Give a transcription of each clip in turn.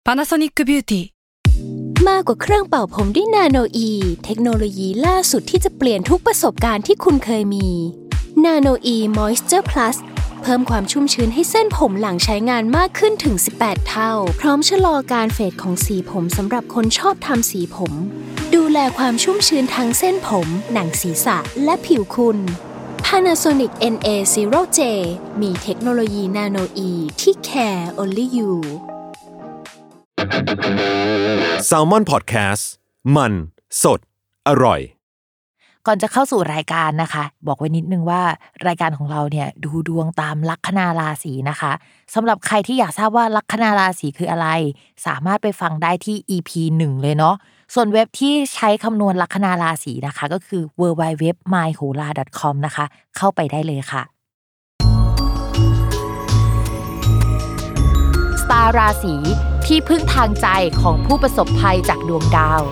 Panasonic Beauty มากกว่าเครื่องเป่าผมด้วยนาโนอีเทคโนโลยีล่าสุดที่จะเปลี่ยนทุกประสบการณ์ที่คุณเคยมีนาโนอีมอยส์เจอร์พลัสเพิ่มความชุ่มชื้นให้เส้นผมหลังใช้งานมากขึ้นถึง18เท่าพร้อมชะลอการเฟดของสีผมสำหรับคนชอบทำสีผมดูแลความชุ่มชื้นทั้งเส้นผมหนังศีรษะและผิวคุณ Panasonic NA0J มีเทคโนโลยีนาโนอีที่ care only you Salmon Podcast มันสดอร่อยก่อนจะเข้าสู่รายการนะคะบอกไว้นิดนึงว่ารายการของเราเนี่ยดูดวงตามลัคนาราศีนะคะสำหรับใครที่อยากทราบว่าลัคนาราศีคืออะไรสามารถไปฟังได้ที่ EP 1 เลยเนาะส่วนเว็บที่ใช้คำนวณลัคนาราศีนะคะก็คือ www.myhola.com นะคะเข้าไปได้เลยค่ะสตาร์ราศีที่พึ่งทางใจของผู้ประสบภัยจากดวงดาว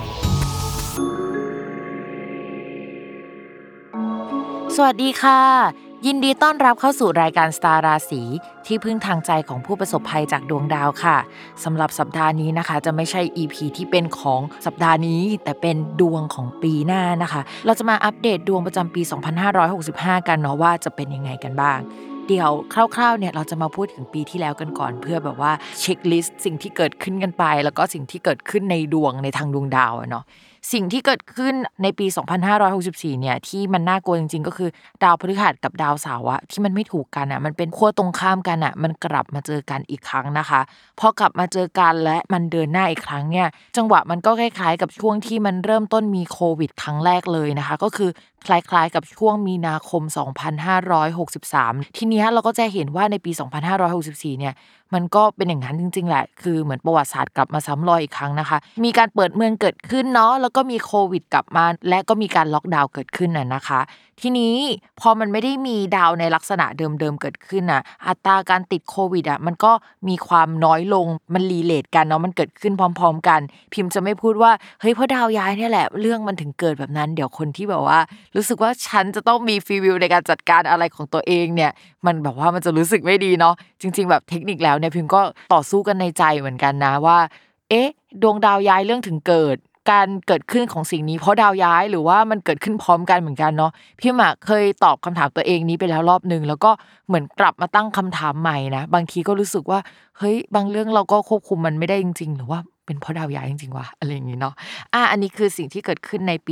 สวัสดีค่ะยินดีต้อนรับเข้าสู่รายการสตาร์ราศีที่พึ่งทางใจของผู้ประสบภัยจากดวงดาวค่ะสำหรับสัปดาห์นี้นะคะจะไม่ใช่ EP ที่เป็นของสัปดาห์นี้แต่เป็นดวงของปีหน้านะคะเราจะมาอัปเดตดวงประจำปี2565กันเนาะว่าจะเป็นยังไงกันบ้างเดี๋ยวคร่าวๆเนี่ยเราจะมาพูดถึงปีที่แล้วกันก่อนเพื่อแบบว่าเช็คลิสต์สิ่งที่เกิดขึ้นกันไปแล้วก็สิ่งที่เกิดขึ้นในดวงในทางดวงดาวเนาะสิ่งที่เกิดขึ้นในปี2564เนี่ยที่มันน่ากลัวจริงๆก็คือดาวพฤหัสกับดาวเสาร์ที่มันไม่ถูกกันมันเป็นขั้วตรงข้ามกันมันกลับมาเจอกันอีกครั้งนะคะพอกลับมาเจอกันและมันเดินหน้าอีกครั้งเนี่ยจังหวะมันก็คล้ายๆกับช่วงที่มันเริ่มต้นมีโควิดครั้งแรกเลยนะคะก็คือคล้ายๆกับช่วงมีนาคม2563ทีนี้เราก็จะเห็นว่าในปี2564เนี่ยมันก็เป็นอย่างนั้นจริงๆแหละคือเหมือนประวัติศาสตร์กลับมาซ้ำรอยอีกครั้งนะคะมีการเปิดเมืองเกิดขึ้นเนาะแล้วก็มีโควิดกลับมาและก็มีการล็อกดาวน์เกิดขึ้นนะคะทีนี้พอมันไม่ได้มีดาวในลักษณะเดิมๆเกิดขึ้นอัตราการติดโควิดมันก็มีความน้อยลงมันรีเลทกันเนาะมันเกิดขึ้นพร้อมๆกันพิมพ์จะไม่พูดว่าเฮ้ยเพราะดาวย้ายเนี่ยแหละเรื่องมันถึงเกิดแบบนั้นเดี๋ยวคนที่แบบว่ารู้สึกว่าฉันจะต้องมีฟรีวิวในการจัดการอะไรของตัวเองเนี่ยมันแบบว่ามันจะรู้สึกไม่ดีเนาะจริงๆแบบเทคนิคแล้วเนี่ยพิมพ์ก็ต่อสู้กันในใจเหมือนกันนะว่าดวงดาวย้ายเรื่องถึงเกิดการเกิดขึ้นของสิ่งนี้เพราะดาวย้ายหรือว่ามันเกิดขึ้นพร้อมกันเหมือนกันเนาะพี่เคยตอบคำถามตัวเองนี้ไปแล้วรอบนึงแล้วก็เหมือนกลับมาตั้งคำถามใหม่นะบางทีก็รู้สึกว่าเฮ้ยบางเรื่องเราก็ควบคุมมันไม่ได้จริงๆหรือว่าเป็นเพราะดาวย้ายจริงๆวะอะไรอย่างงี้เนาะอันนี้คือสิ่งที่เกิดขึ้นในปี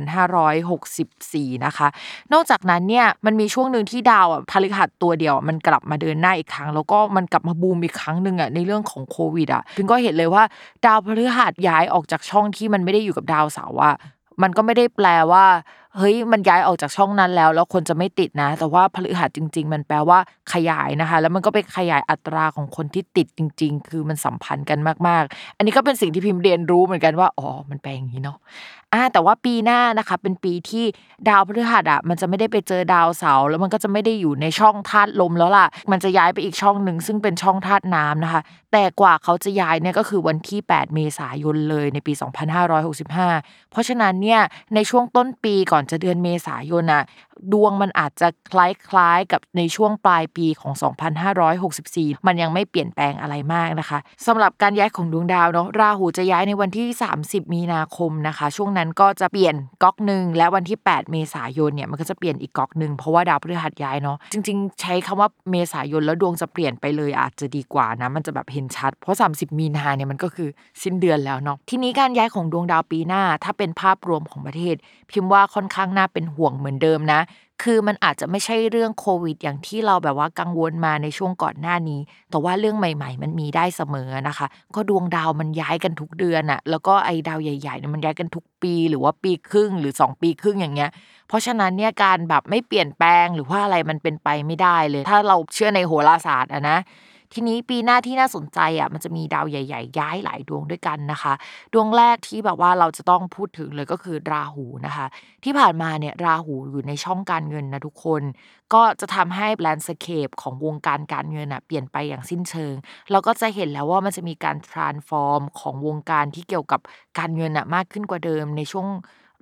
2564นะคะนอกจากนั้นเนี่ยมันมีช่วงนึงที่ดาวพฤหัสตัวเดียวมันกลับมาเดินหน้าอีกครั้งแล้วก็มันกลับมาบูมอีกครั้งนึงในเรื่องของโควิดพิงก็เห็นเลยว่าดาวพฤหัสย้ายออกจากช่องที่มันไม่ได้อยู่กับดาวเสาร์มันก็ไม่ได้แปลว่าเฮ้ยมันย้ายออกจากช่องนั้นแล้วคนจะไม่ติดนะแต่ว่าพฤหัสจริงๆมันแปลว่าขยายนะคะแล้วมันก็ไปขยายอัตราของคนที่ติดจริงๆคือมันสัมพันธ์กันมากๆอันนี้ก็เป็นสิ่งที่พิมพ์เรียนรู้เหมือนกันว่าอ๋อมันแปลอย่างนี้เนาะแต่ว่าปีหน้านะคะเป็นปีที่ดาวพฤหัสมันจะไม่ได้ไปเจอดาวเสาร์แล้วมันก็จะไม่ได้อยู่ในช่องธาตุลมแล้วล่ะมันจะย้ายไปอีกช่องนึงซึ่งเป็นช่องธาตุน้ำนะคะแต่กว่าเขาจะย้ายเนี่ยก็คือวันที่8เมษายนเลยในปี2565เพราะฉะนั้นเนี่ยในช่วงต้นปีก่อนจะเดือนเมษายนดวงมันอาจจะคล้ายๆกับในช่วงปลายปีของ2564มันยังไม่เปลี่ยนแปลงอะไรมากนะคะสำหรับการย้ายของดวงดาวเนาะราหูจะย้ายในวันที่30มีนาคมนะคะช่วงนั้นก็จะเปลี่ยนก๊อกนึงและวันที่8เมษายนเนี่ยมันก็จะเปลี่ยนอีกก๊อกนึงเพราะว่าดาวพฤหัสย้ายเนาะจริงๆใช้คำว่าเมษายนแล้วดวงจะเปลี่ยนไปเลยอาจจะดีกว่านะมันจะแบบเห็นชัดเพราะ30มีนาเนี่ยมันก็คือสิ้นเดือนแล้วเนาะทีนี้การย้ายของดวงดาวปีหน้าถ้าเป็นภาพรวมของประเทศพิมพ์ว่าค่อนข้างน่าเป็นห่วงเหมือนเดิมนะคือมันอาจจะไม่ใช่เรื่องโควิดอย่างที่เราแบบว่ากังวลมาในช่วงก่อนหน้านี้แต่ว่าเรื่องใหม่ๆมันมีได้เสมอนะคะก็ดวงดาวมันย้ายกันทุกเดือนแล้วก็ไอ้ดาวใหญ่ๆเนี่ยมันย้ายกันทุกปีหรือว่าปีครึ่งหรือ2ปีครึ่งอย่างเงี้ยเพราะฉะนั้นเนี่ยการแบบไม่เปลี่ยนแปลงหรือว่าอะไรมันเป็นไปไม่ได้เลยถ้าเราเชื่อในโหราศาสตร์นะทีนี้ปีหน้าที่น่าสนใจมันจะมีดาวใหญ่ๆย้ายหลายดวงด้วยกันนะคะดวงแรกที่แบบว่าเราจะต้องพูดถึงเลยก็คือราหูนะคะที่ผ่านมาเนี่ยราหูอยู่ในช่องการเงินนะทุกคนก็จะทำให้แลนด์สเคปของวงการเงินเปลี่ยนไปอย่างสิ้นเชิงเราก็จะเห็นแล้วว่ามันจะมีการ transform ของวงการที่เกี่ยวกับการเงินมากขึ้นกว่าเดิมในช่วง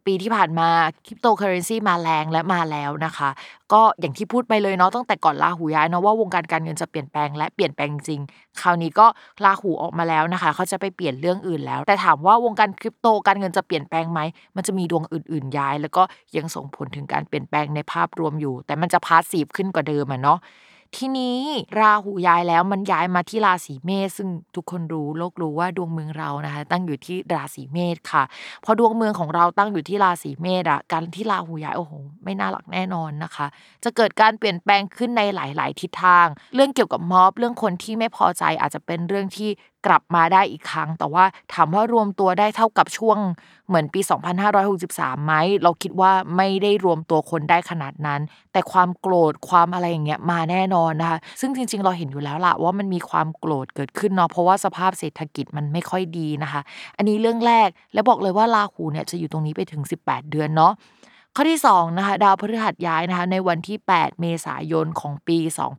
ปีที่ผ่านมาคริปโตเคอเรนซีมาแรงและมาแล้วนะคะก็อย่างที่พูดไปเลยเนาะตั้งแต่ก่อนราหูย้ายเนาะว่าวงการการเงินจะเปลี่ยนแปลงและเปลี่ยนแปลงจริงคราวนี้ก็ราหูออกมาแล้วนะคะเขาจะไปเปลี่ยนเรื่องอื่นแล้วแต่ถามว่าวงการคริปโตการเงินจะเปลี่ยนแปลงไหมมันจะมีดวงอื่นๆย้ายแล้วก็ยังส่งผลถึงการเปลี่ยนแปลงในภาพรวมอยู่แต่มันจะพาสซีฟขึ้นกว่าเดิมเนาะทีนี้ราหูย้ายแล้วมันย้ายมาที่ราศีเมษซึ่งทุกคนรู้โลกรู้ว่าดวงเมืองเรานะคะตั้งอยู่ที่ราศีเมษค่ะพอดวงเมืองของเราตั้งอยู่ที่ราศีเมษการที่ราหูย้ายโอ้โหไม่น่ารักแน่นอนนะคะจะเกิดการเปลี่ยนแปลงขึ้นในหลายๆทิศทางเรื่องเกี่ยวกับม็อบเรื่องคนที่ไม่พอใจอาจจะเป็นเรื่องที่กลับมาได้อีกครั้งแต่ว่าถามว่ารวมตัวได้เท่ากับช่วงเหมือนปี2563ไหมเราคิดว่าไม่ได้รวมตัวคนได้ขนาดนั้นแต่ความโกรธความอะไรอย่างเงี้ยมาแน่นอนนะคะซึ่งจริงๆเราเห็นอยู่แล้วล่ะว่ามันมีความโกรธเกิดขึ้นเนาะเพราะว่าสภาพเศรษฐกิจมันไม่ค่อยดีนะคะอันนี้เรื่องแรกและบอกเลยว่าราหูเนี่ยจะอยู่ตรงนี้ไปถึง18เดือนเนาะข้อที่2นะคะดาวพฤหัสย้ายนะคะในวันที่8เมษายนของปี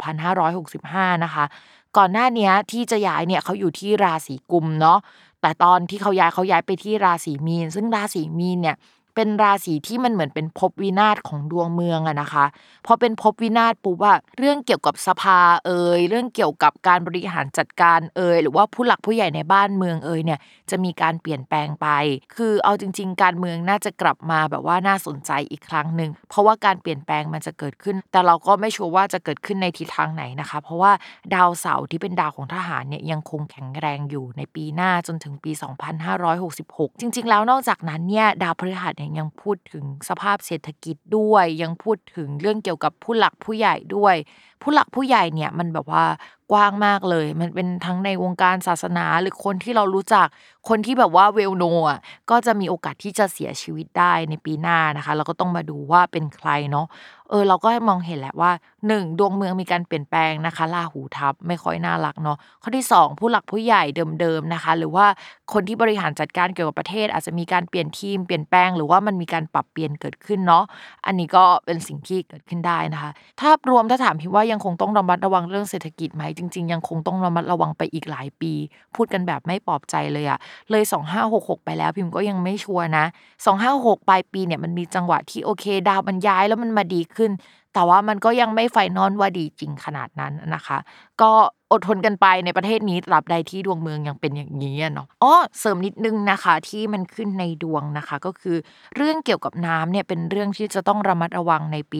2565นะคะก่อนหน้านี้ที่จะย้ายเนี่ยเขาอยู่ที่ราศีกุมเนาะแต่ตอนที่เขาย้ายไปที่ราศีมีนซึ่งราศีมีนเนี่ยเป็นราศีที่มันเหมือนเป็นภพวินาศของดวงเมืองนะคะพอเป็นภพวินาศปุ๊บเรื่องเกี่ยวกับสภาเรื่องเกี่ยวกับการบริหารจัดการหรือว่าผู้หลักผู้ใหญ่ในบ้านเมืองเนี่ยจะมีการเปลี่ยนแปลงไปคือเอาจริงๆการเมืองน่าจะกลับมาแบบว่าน่าสนใจอีกครั้งนึงเพราะว่าการเปลี่ยนแปลงมันจะเกิดขึ้นแต่เราก็ไม่ชัวร์ว่าจะเกิดขึ้นในทิศทางไหนนะคะเพราะว่าดาวเสาร์ที่เป็นดาวของทหารเนี่ยยังคงแข็งแรงอยู่ในปีหน้าจนถึงปี2566จริงๆแล้วนอกจากนั้นเนี่ยดาวพฤหัสยังพูดถึงสภาพเศรษฐกิจด้วยยังพูดถึงเรื่องเกี่ยวกับผู้หลักผู้ใหญ่ด้วยผู้หลักผู้ใหญ่เนี่ยมันแบบว่ากว้างมากเลยมันเป็นทั้งในวงการศาสนาหรือคนที่เรารู้จักคนที่แบบว่าเวลโนก็จะมีโอกาสที่จะเสียชีวิตได้ในปีหน้านะคะเราก็ต้องมาดูว่าเป็นใครเนาะเราก็มองเห็นแหละว่า1ดวงเมืองมีการเปลี่ยนแปลงนะคะราหูทับไม่ค่อยน่ารักเนาะข้อที่2ผู้หลักผู้ใหญ่เดิมๆนะคะหรือว่าคนที่บริหารจัดการเกี่ยวกับประเทศอาจจะมีการเปลี่ยนทีมเปลี่ยนแปลงหรือว่ามันมีการปรับเปลี่ยนเกิดขึ้นเนาะอันนี้ก็เป็นสิ่งที่เกิดขึ้นได้นะคะถ้าถามพี่ว่ายังคงต้องระมัดระวังเรื่องเศรษฐกิจไหมจริงๆยังคงต้องระมัดระวังไปอีกหลายปีพูดกันแบบไม่ปลอบใจเลยเลย2566ไปแล้วพิมก็ยังไม่ชัวร์นะ2566ปลายปีเนี่ยมันมีจังหวะที่โอเคดาวมันย้ายแล้วมันมาดีขึ้นแต่ว่ามันก็ยังไม่ไฟนอลว่าดีจริงขนาดนั้นนะคะก็อดทนกันไปในประเทศนี้ตราบใดที่ดวงเมืองยังเป็นอย่างนี้เนาะเสริมนิดนึงนะคะที่มันขึ้นในดวงนะคะก็คือเรื่องเกี่ยวกับน้ำเนี่ยเป็นเรื่องที่จะต้องระมัดระวังในปี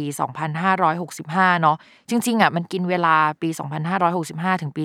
2565เนาะจริงๆมันกินเวลาปี2565ถึงปี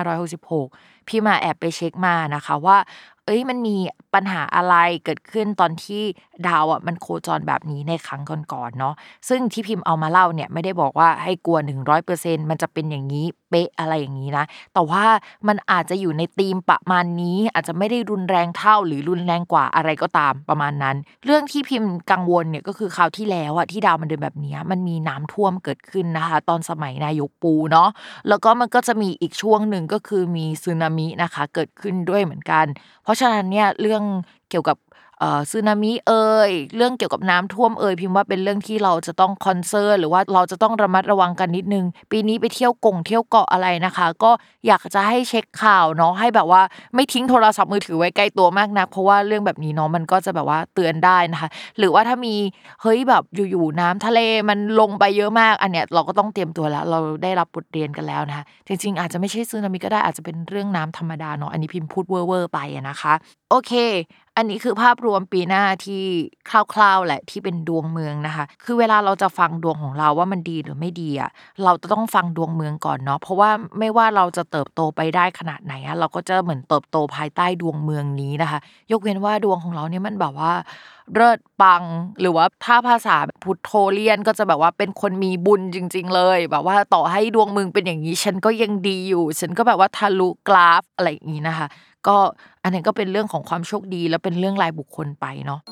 2566พี่มาแอบไปเช็คมานะคะว่ามันมีปัญหาอะไรเกิดขึ้นตอนที่ดาวมันโคจรแบบนี้ในครั้งก่อนๆเนาะซึ่งที่พิมพ์เอามาเล่าเนี่ยไม่ได้บอกว่าให้กลัว 100% มันจะเป็นอย่างนี้เป๊ะอะไรอย่างนี้นะแต่ว่ามันอาจจะอยู่ในธีมประมาณนี้อาจจะไม่ได้รุนแรงเท่าหรือรุนแรงกว่าอะไรก็ตามประมาณนั้นเรื่องที่พิมพ์กังวลเนี่ยก็คือคราวที่แล้วที่ดาวมันเดินแบบนี้มันมีน้ำท่วมเกิดขึ้นนะคะตอนสมัยนายกปูเนาะแล้วก็มันก็จะมีอีกช่วงนึงก็คือมีสึนามินะคะเกิดขึ้นด้วยเหมือนกันเพราะฉะนั้นเนี่ยเรื่องเกี่ยวกับสึนามิเรื่องเกี่ยวกับน้ำท่วมพิมพ์ว่าเป็นเรื่องที่เราจะต้องคอนเซิร์นหรือว่าเราจะต้องระมัดระวังกันนิดนึงปีนี้ไปเที่ยวเกาะอะไรนะคะก็อยากจะให้เช็คข่าวเนาะให้แบบว่าไม่ทิ้งโทรศัพท์มือถือไว้ใกล้ตัวมากนักเพราะว่าเรื่องแบบนี้เนาะมันก็จะแบบว่าเตือนได้นะคะหรือว่าถ้ามีแบบอยู่ๆน้ำทะเลมันลงไปเยอะมากอันเนี้ยเราก็ต้องเตรียมตัวแล้วเราได้รับบทเรียนกันแล้วนะคะจริงๆอาจจะไม่ใช่สึนามิก็ได้อาจจะเป็นเรื่องน้ำธรรมดาเนาะอันนี้พิมพ์พูดเว่อร์ไปนะคะโอเคอันนี้คือภาพรวมปีหน้าที่คร่าวๆแหละที่เป็นดวงเมืองนะคะคือเวลาเราจะฟังดวงของเราว่ามันดีหรือไม่ดีเราจะต้องฟังดวงเมืองก่อนเนาะเพราะว่าไม่ว่าเราจะเติบโตไปได้ขนาดไหนเราก็จะเหมือนเติบโตภายใต้ดวงเมืองนี้นะคะยกเว้นว่าดวงของเราเนี่ยมันแบบว่าเลิศปังหรือว่าถ้าภาษาพุทโธเลียนก็จะแบบว่าเป็นคนมีบุญจริงๆเลยแบบว่าต่อให้ดวงเมืองเป็นอย่างนี้ฉันก็ยังดีอยู่ฉันก็แบบว่าทะลุกราฟอะไรอย่างนี้นะคะก็อันนั้นก็เป็นเรื่องของความโชคดีแล้วเป็นเรื่องรายบุคคลไปเนาะ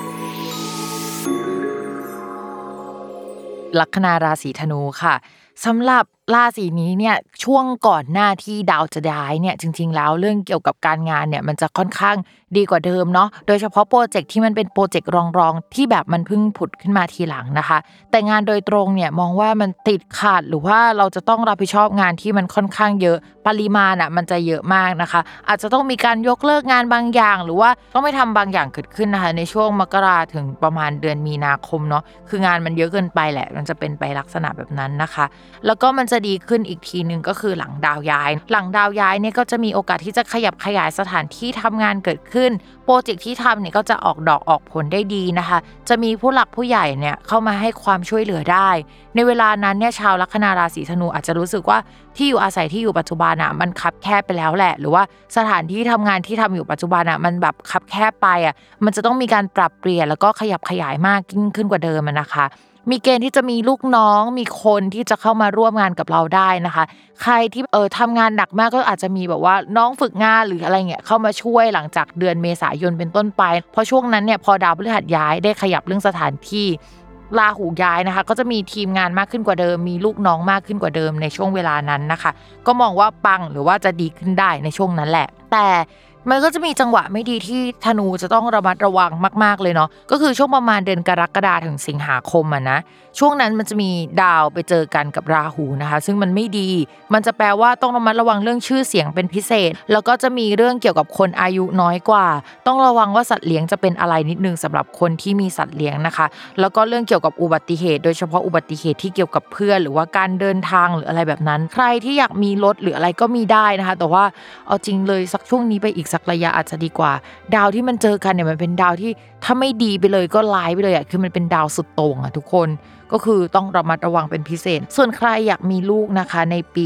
ลัคนาราศีธนูค่ะสำหรับราศีนี้เนี่ยช่วงก่อนหน้าที่ดาวจะย้ายเนี่ยจริงๆแล้วเรื่องเกี่ยวกับการงานเนี่ยมันจะค่อนข้างดีกว่าเดิมเนาะโดยเฉพาะโปรเจกต์ที่มันเป็นโปรเจกต์รองๆที่แบบมันเพิ่งผุดขึ้นมาทีหลังนะคะแต่งานโดยตรงเนี่ยมองว่ามันติดขัดหรือว่าเราจะต้องรับผิดชอบงานที่มันค่อนข้างเยอะปริมาณมันจะเยอะมากนะคะอาจจะต้องมีการยกเลิกงานบางอย่างหรือว่าต้องไม่ทำบางอย่างเกิดขึ้นนะคะในช่วงมกราถึงประมาณเดือนมีนาคมเนาะคืองานมันเยอะเกินไปแหละมันจะเป็นไปลักษณะแบบนั้นนะคะแล้วก็มันจะดีขึ้นอีกทีนึงก็คือหลังดาวย้ายเนี่ยก็จะมีโอกาสที่จะขยับขยายสถานที่ทำงานเกิดขึ้นโปรเจกต์ที่ทำเนี่ยก็จะออกดอกออกผลได้ดีนะคะจะมีผู้หลักผู้ใหญ่เนี่ยเข้ามาให้ความช่วยเหลือได้ในเวลานั้นเนี่ยชาวลัคนาราศีธนูอาจจะรู้สึกว่าที่อยู่อาศัยที่อยู่ปัจจุบันมันคับแคบไปแล้วแหละหรือว่าสถานที่ทำงานที่ทำอยู่ปัจจุบันมันแบบคับแคบไปมันจะต้องมีการปรับเปลี่ยนแล้วก็ขยับขยายมากยิ่งขึ้นกว่าเดิมนะคะมีเกณฑ์ที่จะมีลูกน้องมีคนที่จะเข้ามาร่วมงานกับเราได้นะคะใครที่ทำงานหนักมากก็อาจจะมีแบบว่าน้องฝึกงานหรืออะไรเงี้ยเข้ามาช่วยหลังจากเดือนเมษายนเป็นต้นไปเพราะช่วงนั้นเนี่ยพอดาวพฤหัสย้ายได้ขยับเรื่องสถานที่ราหูย้ายนะคะก็จะมีทีมงานมากขึ้นกว่าเดิมมีลูกน้องมากขึ้นกว่าเดิมในช่วงเวลานั้นนะคะก็มองว่าปังหรือว่าจะดีขึ้นได้ในช่วงนั้นแหละแต่มันก็จะมีจังหวะไม่ดีที่ธนูจะต้องระมัดระวังมากๆเลยเนาะก็คือช่วงประมาณเดือนกรกฎาคมถึงสิงหาคมนะช่วงนั้นมันจะมีดาวไปเจอกันกับราหูนะคะซึ่งมันไม่ดีมันจะแปลว่าต้องระมัดระวังเรื่องชื่อเสียงเป็นพิเศษแล้วก็จะมีเรื่องเกี่ยวกับคนอายุน้อยกว่าต้องระวังว่าสัตว์เลี้ยงจะเป็นอะไรนิดนึงสำหรับคนที่มีสัตว์เลี้ยงนะคะแล้วก็เรื่องเกี่ยวกับอุบัติเหตุโดยเฉพาะอุบัติเหตุที่เกี่ยวกับเพื่อนหรือว่าการเดินทางหรืออะไรแบบนั้นใครที่อยากมีรถหรืออะไรก็มีได้นะคะแต่ว่าเอาจริงเลยสักช่วงนี้ไปอีกสักระยะอาจจะดีกว่าดาวที่มันเจอกันเนี่ยมันเป็นดาวที่ถ้าไม่ดีไปเลยก็ร้ายไปเลยคือมันเป็นดาวสุดโต่งทุกคนก็คือต้องระมัดระวังเป็นพิเศษส่วนใครอยากมีลูกนะคะในปี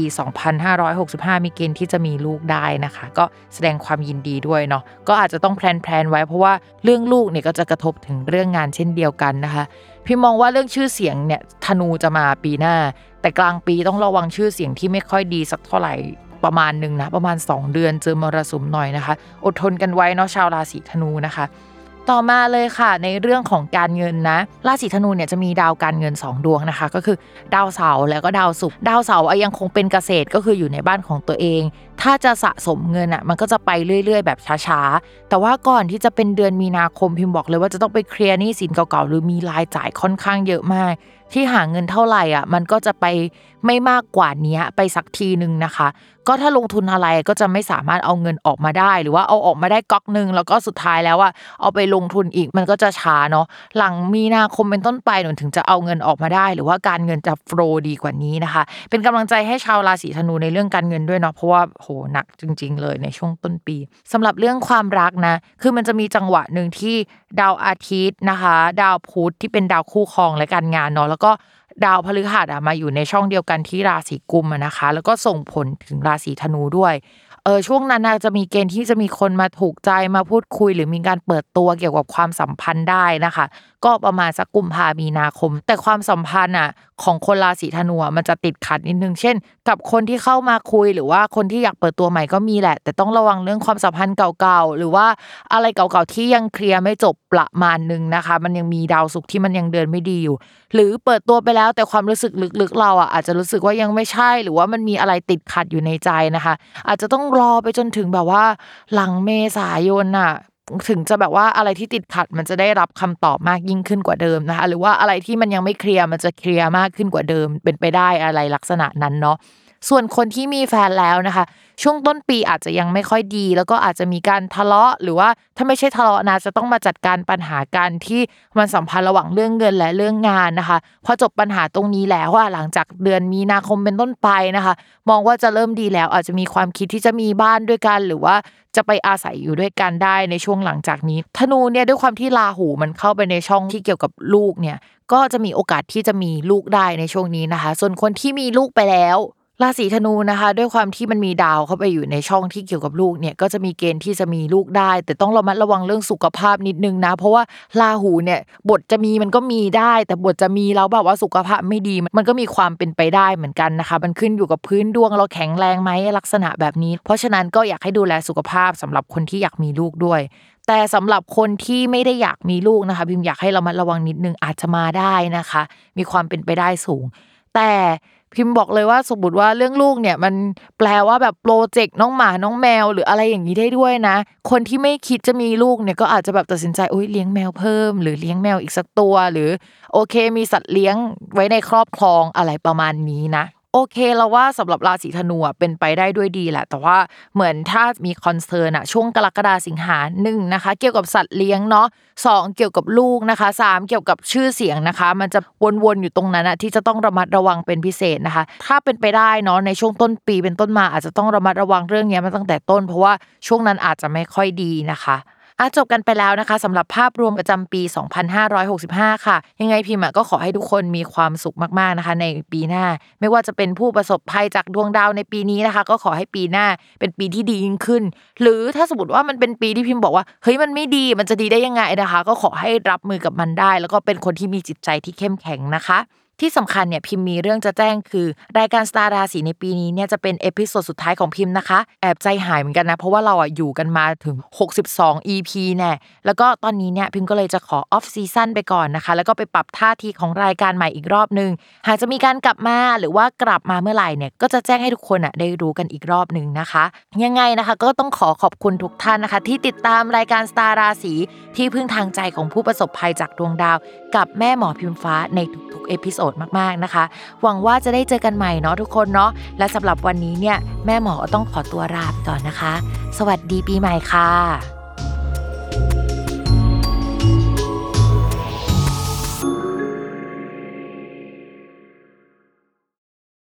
2565มีเกณฑ์ที่จะมีลูกได้นะคะก็แสดงความยินดีด้วยเนาะก็อาจจะต้องแพลนไว้เพราะว่าเรื่องลูกเนี่ยก็จะกระทบถึงเรื่องงานเช่นเดียวกันนะคะพี่มองว่าเรื่องชื่อเสียงเนี่ยธนูจะมาปีหน้าแต่กลางปีต้องระวังชื่อเสียงที่ไม่ค่อยดีสักเท่าไหร่ประมาณนึงนะประมาณ2เดือนเจอมรสุมหน่อยนะคะอดทนกันไว้เนาะชาวราศีธนูนะคะต่อมาเลยค่ะในเรื่องของการเงินนะราศีธนูเนี่ยจะมีดาวการเงิน2ดวงนะคะก็คือดาวเสาร์แล้วก็ดาวศุกร์ดาวเสาร์ยังคงเป็นเกษตรก็คืออยู่ในบ้านของตัวเองถ้าจะสะสมเงินมันก็จะไปเรื่อยๆแบบช้าๆแต่ว่าก่อนที่จะเป็นเดือนมีนาคมพิมพ์บอกเลยว่าจะต้องไปเคลียร์หนี้สินเก่าๆหรือมีรายจ่ายค่อนข้างเยอะมากที่หาเงินเท่าไหร่มันก็จะไปไม่มากกว่านี้ไปสักทีนึงนะคะก็ถ้าลงทุนอะไรก็จะไม่สามารถเอาเงินออกมาได้หรือว่าเอาออกมาได้ก๊อกนึงแล้วก็สุดท้ายแล้วเอาไปลงทุนอีกมันก็จะช้าเนาะหลังมีนาคมเป็นต้นไปถึงจะเอาเงินออกมาได้หรือว่าการเงินจะโฟลว์ดีกว่านี้นะคะเป็นกำลังใจให้ชาวราศีธนูในเรื่องการเงินด้วยเนาะเพราะว่าโหหนักจริงๆเลยในช่วงต้นปีสำหรับเรื่องความรักนะคือมันจะมีจังหวะนึงที่ดาวอาทิตย์นะคะดาวพุธที่เป็นดาวคู่ครองและการงานเนาะแล้วก็ดาวพฤหัสมาอยู่ในช่องเดียวกันที่ราศีกุมนะคะแล้วก็ส่งผลถึงราศีธนูด้วยช่วงนั้นจะมีเกณฑ์ที่จะมีคนมาถูกใจมาพูดคุยหรือมีการเปิดตัวเกี่ยวกับความสัมพันธ์ได้นะคะก็ประมาณสักกุมภามีนาคมแต่ความสัมพันธ์ของคนราศีธนูมันจะติดขัดนิดนึงเช่นกับคนที่เข้ามาคุยหรือว่าคนที่อยากเปิดตัวใหม่ก็มีแหละแต่ต้องระวังเรื่องความสัมพันธ์เก่าๆหรือว่าอะไรเก่าๆที่ยังเคลียร์ไม่จบประมาณนึงนะคะมันยังมีดาวศุกร์ที่มันยังเดินไม่ดีอยู่หรือเปิดตัวไปแล้วแต่ความรู้สึกลึกๆเราอาจจะรู้สึกว่ายังไม่ใช่หรือว่ามันมีอะไรติดขัดอยู่ในใจนะคะอาจจะต้องรอไปจนถึงแบบว่าหลังเมษายนถึงจะแบบว่าอะไรที่ติดขัดมันจะได้รับคำตอบมากยิ่งขึ้นกว่าเดิมนะคะหรือว่าอะไรที่มันยังไม่เคลียร์มันจะเคลียร์มากขึ้นกว่าเดิมเป็นไปได้อะไรลักษณะนั้นเนาะส่วนคนที่มีแฟนแล้วนะคะช่วงต้นปีอาจจะยังไม่ค่อยดีแล้วก็อาจจะมีการทะเลาะหรือว่าถ้าไม่ใช่ทะเลาะนะจะต้องมาจัดการปัญหาการที่มันสัมพันธ์ระหว่างเรื่องเงินและเรื่องงานนะคะพอจบปัญหาตรงนี้แล้วหลังจากเดือนมีนาคมเป็นต้นไปนะคะมองว่าจะเริ่มดีแล้วอาจจะมีความคิดที่จะมีบ้านด้วยกันหรือว่าจะไปอาศัยอยู่ด้วยกันได้ในช่วงหลังจากนี้ธนูเนี่ยด้วยความที่ราหูมันเข้าไปในช่องที่เกี่ยวกับลูกเนี่ยก็จะมีโอกาสที่จะมีลูกได้ในช่วงนี้นะคะส่วนคนที่มีลูกไปแล้วราศีธนูนะคะด้วยความที่มันมีดาวเข้าไปอยู่ในช่องที่เกี่ยวกับลูกเนี่ยก็จะมีเกณฑ์ที่จะมีลูกได้แต่ต้องระมัดระวังเรื่องสุขภาพนิดนึงนะเพราะว่าราหูเนี่ยบทจะมีมันก็มีได้แต่บทจะมีแล้วแบบว่าสุขภาพไม่ดีมันก็มีความเป็นไปได้เหมือนกันนะคะมันขึ้นอยู่กับพื้นดวงเราแข็งแรงไหมลักษณะแบบนี้เพราะฉะนั้นก็อยากให้ดูแลสุขภาพสำหรับคนที่อยากมีลูกด้วยแต่สำหรับคนที่ไม่ได้อยากมีลูกนะคะพิมอยากให้ระมัดระวังนิดนึงอาจจะมาได้นะคะมีความเป็นไปได้สูงแต่พิมพ์บอกเลยว่าสมมุติว่าเรื่องลูกเนี่ยมันแปลว่าแบบโปรเจกต์น้องหมาน้องแมวหรืออะไรอย่างนี้ได้ด้วยนะคนที่ไม่คิดจะมีลูกเนี่ยก็อาจจะแบบตัดสินใจเลี้ยงแมวเพิ่มหรือเลี้ยงแมวอีกสักตัวหรือโอเคมีสัตว์เลี้ยงไว้ในครอบครองอะไรประมาณนี้นะโอเคเราว่าสำหรับราศีธนูเป็นไปได้ด้วยดีแหละแต่ว่าเหมือนถ้ามีคอนเซิร์นช่วงกรกฎาสิงหา1นะคะเกี่ยวกับสัตว์เลี้ยงเนาะ2เกี่ยวกับลูกนะคะ3เกี่ยวกับชื่อเสียงนะคะมันจะวนๆอยู่ตรงนั้นที่จะต้องระมัดระวังเป็นพิเศษนะคะถ้าเป็นไปได้เนาะในช่วงต้นปีเป็นต้นมาอาจจะต้องระมัดระวังเรื่องนี้มาตั้งแต่ต้นเพราะว่าช่วงนั้นอาจจะไม่ค่อยดีนะคะจบกันไปแล้วนะคะสำหรับภาพรวมประจำปี2565ค่ะยังไงพิมพ์ก็ขอให้ทุกคนมีความสุขมากๆนะคะในปีหน้าไม่ว่าจะเป็นผู้ประสบภัยจากดวงดาวในปีนี้นะคะก็ขอให้ปีหน้าเป็นปีที่ดียิ่งขึ้นหรือถ้าสมมติว่ามันเป็นปีที่พิมพ์บอกว่าเฮ้ยมันไม่ดีมันจะดีได้ยังไงนะคะก็ขอให้รับมือกับมันได้แล้วก็เป็นคนที่มีจิตใจที่เข้มแข็งนะคะที่สำคัญเนี่ยพิมพ์มีเรื่องจะแจ้งคือรายการสตาร์ราศีในปีนี้เนี่ยจะเป็นเอพิโซดสุดท้ายของพิมพ์นะคะแอบใจหายเหมือนกันนะเพราะว่าเราอยู่กันมาถึง62 EP แน่แล้วก็ตอนนี้เนี่ยพิมพ์ก็เลยจะขอออฟซีซั่นไปก่อนนะคะแล้วก็ไปปรับท่าทีของรายการใหม่อีกรอบนึงหากจะมีการกลับมาหรือว่ากลับมาเมื่อไหร่เนี่ยก็จะแจ้งให้ทุกคนได้รู้กันอีกรอบนึงนะคะยังไงนะคะก็ต้องขอบคุณทุกท่านนะคะที่ติดตามรายการสตาร์ราศีที่พึ่งทางใจของผู้ประสบภัยจากดวงดาวกับแม่หมอพิมฟ้าในทุกเอพิโซดมากๆนะคะหวังว่าจะได้เจอกันใหม่เนาะทุกคนเนาะและสำหรับวันนี้เนี่ยแม่หมอต้องขอตัวลาไปก่อนนะคะสวัสดีปีใหม่ค่ะ